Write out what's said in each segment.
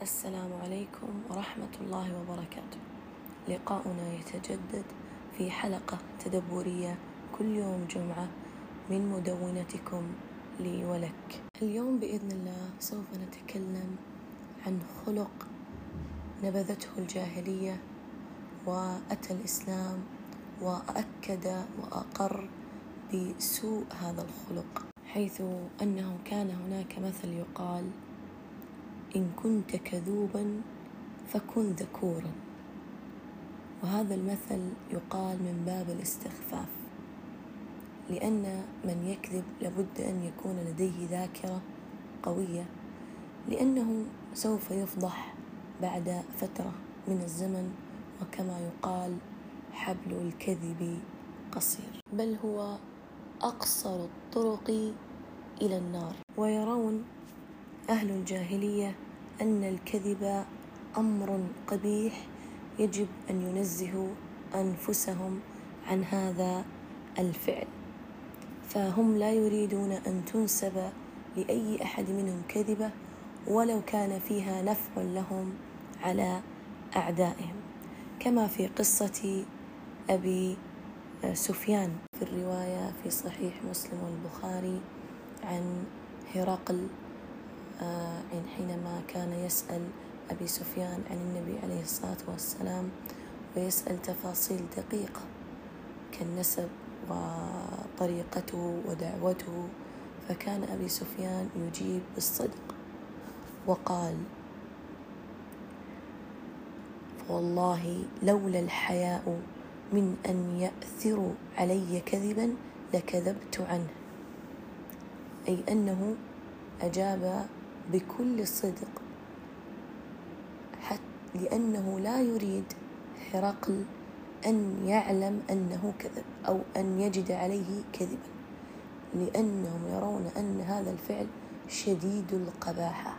السلام عليكم ورحمة الله وبركاته. لقاؤنا يتجدد في حلقة تدبرية كل يوم جمعة من مدونتكم لي ولك. اليوم بإذن الله سوف نتكلم عن خلق نبذته الجاهلية وأتى الإسلام وأكد وأقر بسوء هذا الخلق، حيث أنه كان هناك مثل يقال: إن كنت كذوبا فكن ذكورا. وهذا المثل يقال من باب الاستخفاف، لأن من يكذب لابد أن يكون لديه ذاكرة قوية، لأنه سوف يفضح بعد فترة من الزمن، وكما يقال: حبل الكذب قصير، بل هو أقصر الطرق إلى النار. ويرون أهل الجاهلية أن الكذب أمر قبيح يجب أن ينزهوا أنفسهم عن هذا الفعل، فهم لا يريدون أن تنسب لأي أحد منهم كذبة ولو كان فيها نفع لهم على أعدائهم، كما في قصة أبي سفيان في الرواية في صحيح مسلم والبخاري عن هرقل، حينما كان يسأل أبي سفيان عن النبي عليه الصلاة والسلام، ويسأل تفاصيل دقيقة كالنسب وطريقته ودعوته، فكان أبي سفيان يجيب بالصدق وقال: والله لولا الحياء من أن يأثروا علي كذبا لكذبت عنه، أي أنه أجاب بكل صدق، حتى لأنه لا يريد هرقل أن يعلم أنه كذب أو أن يجد عليه كذبا، لأنهم يرون أن هذا الفعل شديد القباحة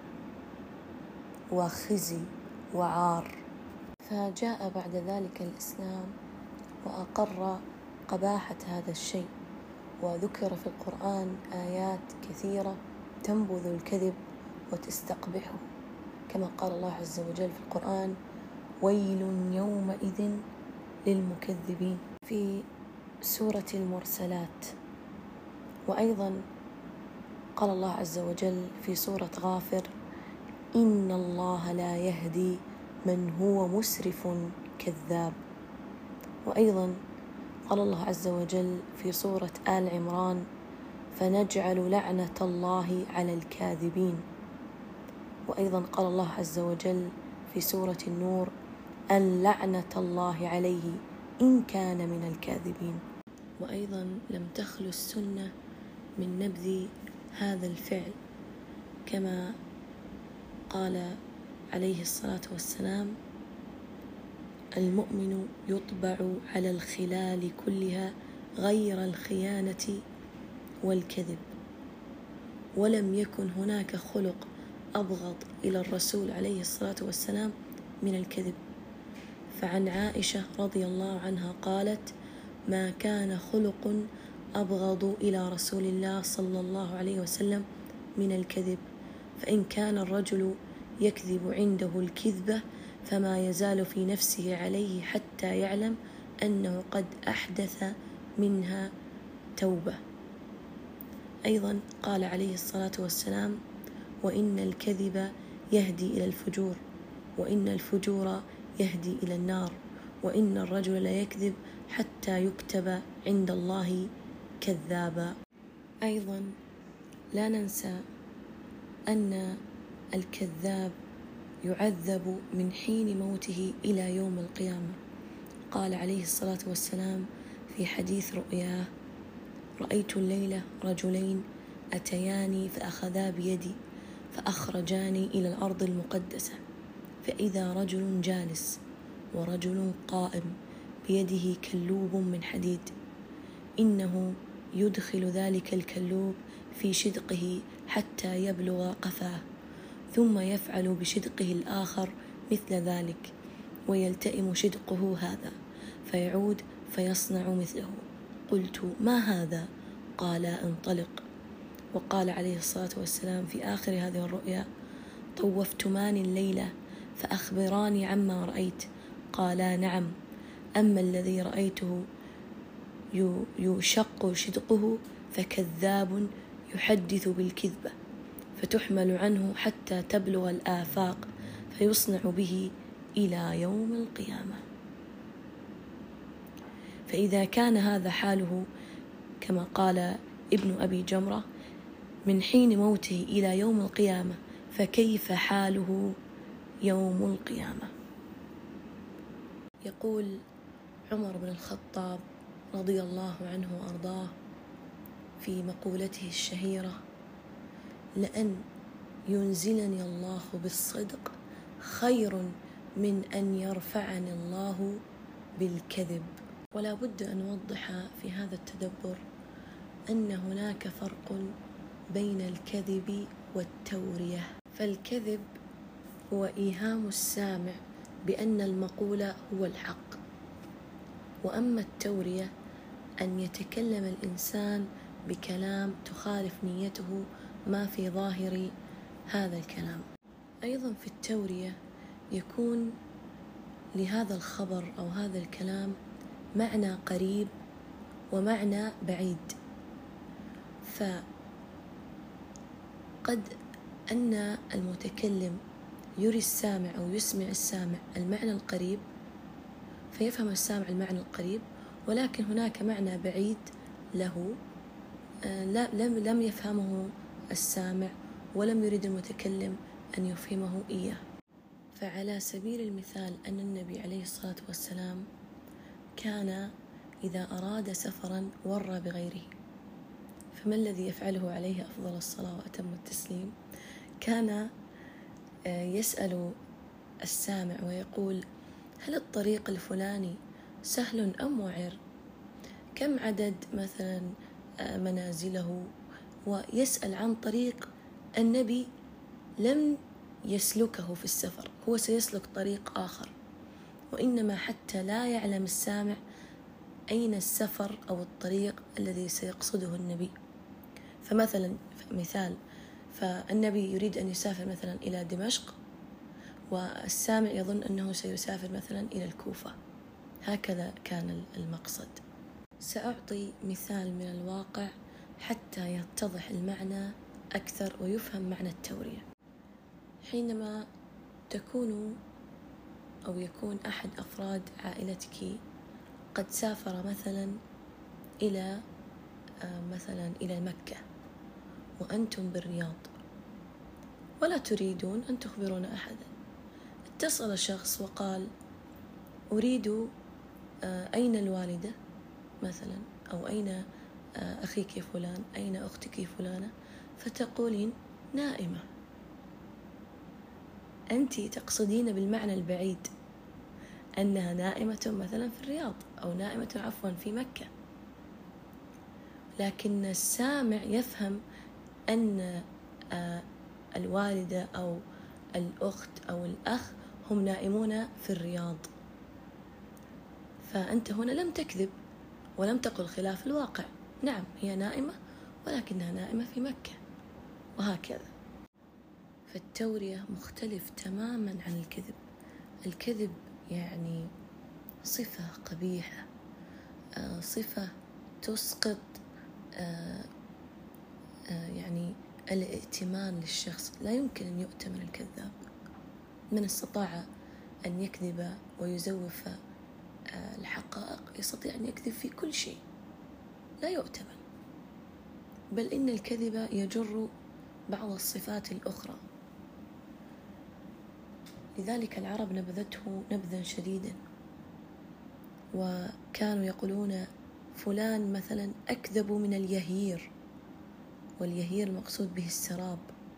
وخزي وعار. فجاء بعد ذلك الإسلام وأقر قباحة هذا الشيء، وذكر في القرآن آيات كثيرة تنبذ الكذب وتستقبحه، كما قال الله عز وجل في القرآن: ويل يومئذ للمكذبين، في سورة المرسلات. وأيضا قال الله عز وجل في سورة غافر: إن الله لا يهدي من هو مسرف كذاب. وأيضا قال الله عز وجل في سورة آل عمران: فنجعل لعنة الله على الكاذبين. وأيضا قال الله عز وجل في سورة النور: أن لعنة الله عليه إن كان من الكاذبين. وأيضا لم تخلو السنة من نبذ هذا الفعل، كما قال عليه الصلاة والسلام: المؤمن يطبع على الخلال كلها غير الخيانة والكذب. ولم يكن هناك خلق أبغض إلى الرسول عليه الصلاة والسلام من الكذب. فعن عائشة رضي الله عنها قالت: ما كان خلق أبغض إلى رسول الله صلى الله عليه وسلم من الكذب، فإن كان الرجل يكذب عنده الكذبة فما يزال في نفسه عليه حتى يعلم أنه قد أحدث منها توبة. أيضا قال عليه الصلاة والسلام: وإن الكذب يهدي إلى الفجور، وإن الفجور يهدي إلى النار، وإن الرجل لا يكذب حتى يكتب عند الله كذابا. أيضا لا ننسى أن الكذاب يعذب من حين موته إلى يوم القيامة. قال عليه الصلاة والسلام في حديث رؤياه: رأيت الليلة رجلين أتياني فأخذا بيدي فأخرجاني إلى الأرض المقدسة، فإذا رجل جالس ورجل قائم بيده كلوب من حديد، إنه يدخل ذلك الكلوب في شدقه حتى يبلغ قفاه، ثم يفعل بشدقه الآخر مثل ذلك، ويلتئم شدقه هذا فيعود فيصنع مثله. قلت: ما هذا؟ قال: انطلق. وقال عليه الصلاة والسلام في آخر هذه الرؤيا: طوفتمان الليلة فأخبراني عما رأيت. قالا نعم، أما الذي رأيته يشق شدقه فكذاب يحدث بالكذبة، فتحمل عنه حتى تبلغ الآفاق، فيصنع به إلى يوم القيامة. فإذا كان هذا حاله كما قال ابن أبي جمرة من حين موته إلى يوم القيامة، فكيف حاله يوم القيامة؟ يقول عمر بن الخطاب رضي الله عنه وأرضاه في مقولته الشهيرة: لأن ينزلني الله بالصدق خير من أن يرفعني الله بالكذب. ولا بد أن نوضح في هذا التدبر أن هناك فرق بين الكذب والتورية. فالكذب هو إيهام السامع بأن المقول هو الحق، وأما التورية أن يتكلم الإنسان بكلام تخالف نيته ما في ظاهر هذا الكلام. أيضا في التورية يكون لهذا الخبر أو هذا الكلام معنى قريب ومعنى بعيد، فقد أن المتكلم يري السامع أو يسمع السامع المعنى القريب فيفهم السامع المعنى القريب، ولكن هناك معنى بعيد له لم يفهمه السامع ولم يريد المتكلم أن يفهمه إياه. فعلى سبيل المثال أن النبي عليه الصلاة والسلام كان إذا أراد سفرا ورى بغيره، فما الذي يفعله عليه أفضل الصلاة وأتم التسليم؟ كان يسأل السامع ويقول: هل الطريق الفلاني سهل أم وعر؟ كم عدد مثلا منازله؟ ويسأل عن طريق النبي لم يسلكه في السفر، هو سيسلك طريق آخر، وإنما حتى لا يعلم السامع أين السفر أو الطريق الذي سيقصده النبي. فمثلا مثال، فالنبي يريد أن يسافر مثلا إلى دمشق والسامع يظن أنه سيسافر مثلا إلى الكوفة، هكذا كان المقصد. سأعطي مثال من الواقع حتى يتضح المعنى أكثر ويفهم معنى التورية. حينما تكون أو يكون أحد أفراد عائلتك قد سافر مثلا إلى مكة وأنتم بالرياض ولا تريدون أن تخبرون أحدا، اتصل شخص وقال: أريد أين الوالدة مثلا، أو أين أخيك فلان، أين أختك فلانة؟ فتقولين: نائمة. أنت تقصدين بالمعنى البعيد أنها نائمة مثلا في الرياض أو نائمة في مكة، لكن السامع يفهم أن الوالدة أو الأخت أو الأخ هم نائمون في الرياض، فأنت هنا لم تكذب ولم تقل خلاف الواقع، نعم هي نائمة ولكنها نائمة في مكة، وهكذا. فالتورية مختلف تماما عن الكذب. الكذب يعني صفة قبيحة، صفة تسقط يعني الائتمان للشخص، لا يمكن أن يؤتمن الكذاب. من استطاع أن يكذب ويزوف الحقائق يستطيع أن يكذب في كل شيء، لا يؤتمن. بل إن الكذب يجر بعض الصفات الأخرى. لذلك العرب نبذته نبذا شديدا، وكانوا يقولون فلان مثلا أكذب من اليهير، واليهير المقصود به السراب.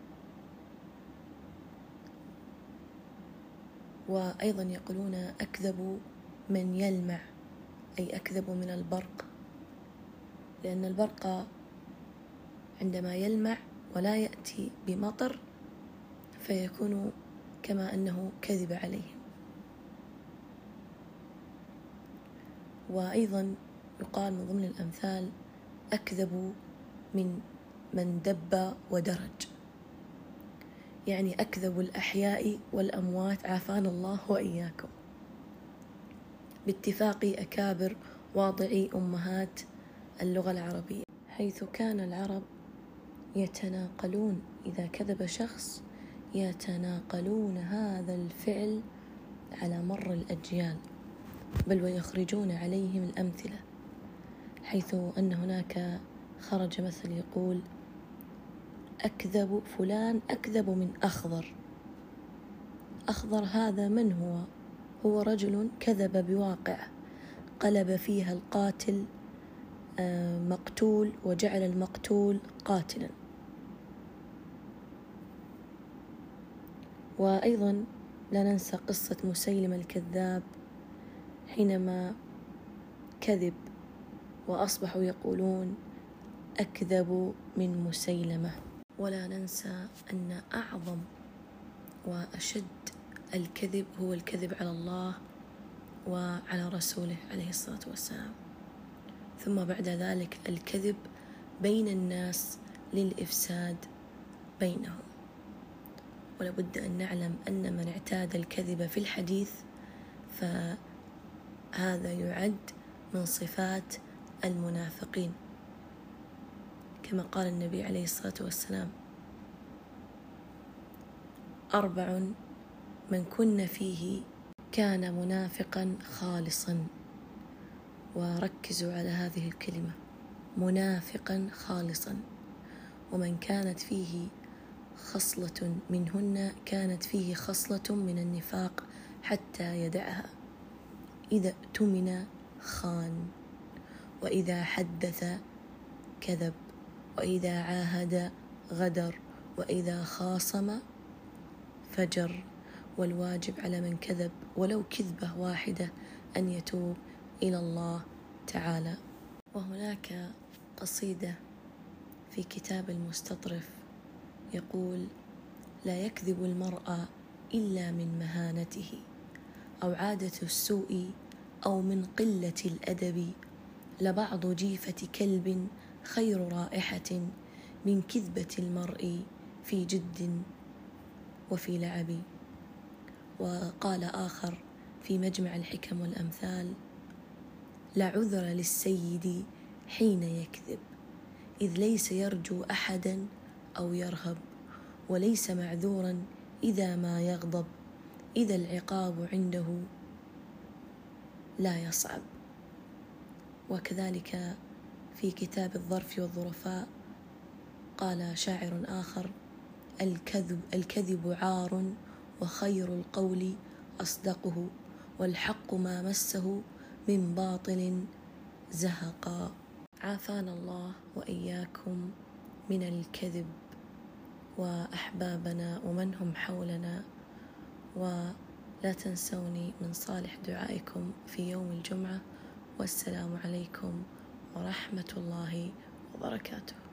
وأيضا يقولون أكذب من يلمع، أي أكذب من البرق، لأن البرق عندما يلمع ولا يأتي بمطر فيكون كما أنه كذب عليهم. وأيضا يقال من ضمن الأمثال أكذب من دب ودرج، يعني أكذب الأحياء والأموات، عافانا الله وإياكم، باتفاق أكابر واضعي أمهات اللغة العربية، حيث كان العرب يتناقلون إذا كذب شخص يتناقلون هذا الفعل على مر الأجيال، بل ويخرجون عليهم الأمثلة، حيث أن هناك خرج مثل يقول: أكذب فلان أكذب من أخضر. أخضر هذا من هو؟ هو رجل كذب بواقعه، قلب فيها القاتل مقتول وجعل المقتول قاتلا. وأيضا لا ننسى قصة مسيلمة الكذاب حينما كذب وأصبحوا يقولون أكذب من مسيلمة. ولا ننسى أن أعظم وأشد الكذب هو الكذب على الله وعلى رسوله عليه الصلاة والسلام، ثم بعد ذلك الكذب بين الناس للإفساد بينهم. ولابد أن نعلم أن من اعتاد الكذب في الحديث فهذا يعد من صفات المنافقين، كما قال النبي عليه الصلاة والسلام: 4 من كن فيه كان منافقا خالصا. وركزوا على هذه الكلمة، منافقا خالصا. ومن كانت فيه خصلة منهن كانت فيه خصلة من النفاق حتى يدعها: إذا اؤتمن خان، وإذا حدث كذب، وإذا عاهد غدر، وإذا خاصم فجر. والواجب على من كذب ولو كذبة واحدة أن يتوب إلى الله تعالى. وهناك قصيدة في كتاب المستطرف يقول: لا يكذب المرء إلا من مهانته، أو عادة السوء، أو من قلة الأدب، لبعض جيفة كلب خير رائحة من كذبة المرء في جد وفي لعب. وقال آخر في مجمع الحكم والأمثال: لا عذر للسيد حين يكذب، إذ ليس يرجو أحدا أو يرهب، وليس معذورا إذا ما يغضب، إذا العقاب عنده لا يصعب. وكذلك في كتاب الظرف والظرفاء قال شاعر آخر: الكذب عار، وخير القول أصدقه، والحق ما مسه من باطل زهقا. عافانا الله وإياكم من الكذب وأحبابنا ومن هم حولنا. ولا تنسوني من صالح دعائكم في يوم الجمعة، والسلام عليكم ورحمة الله وبركاته.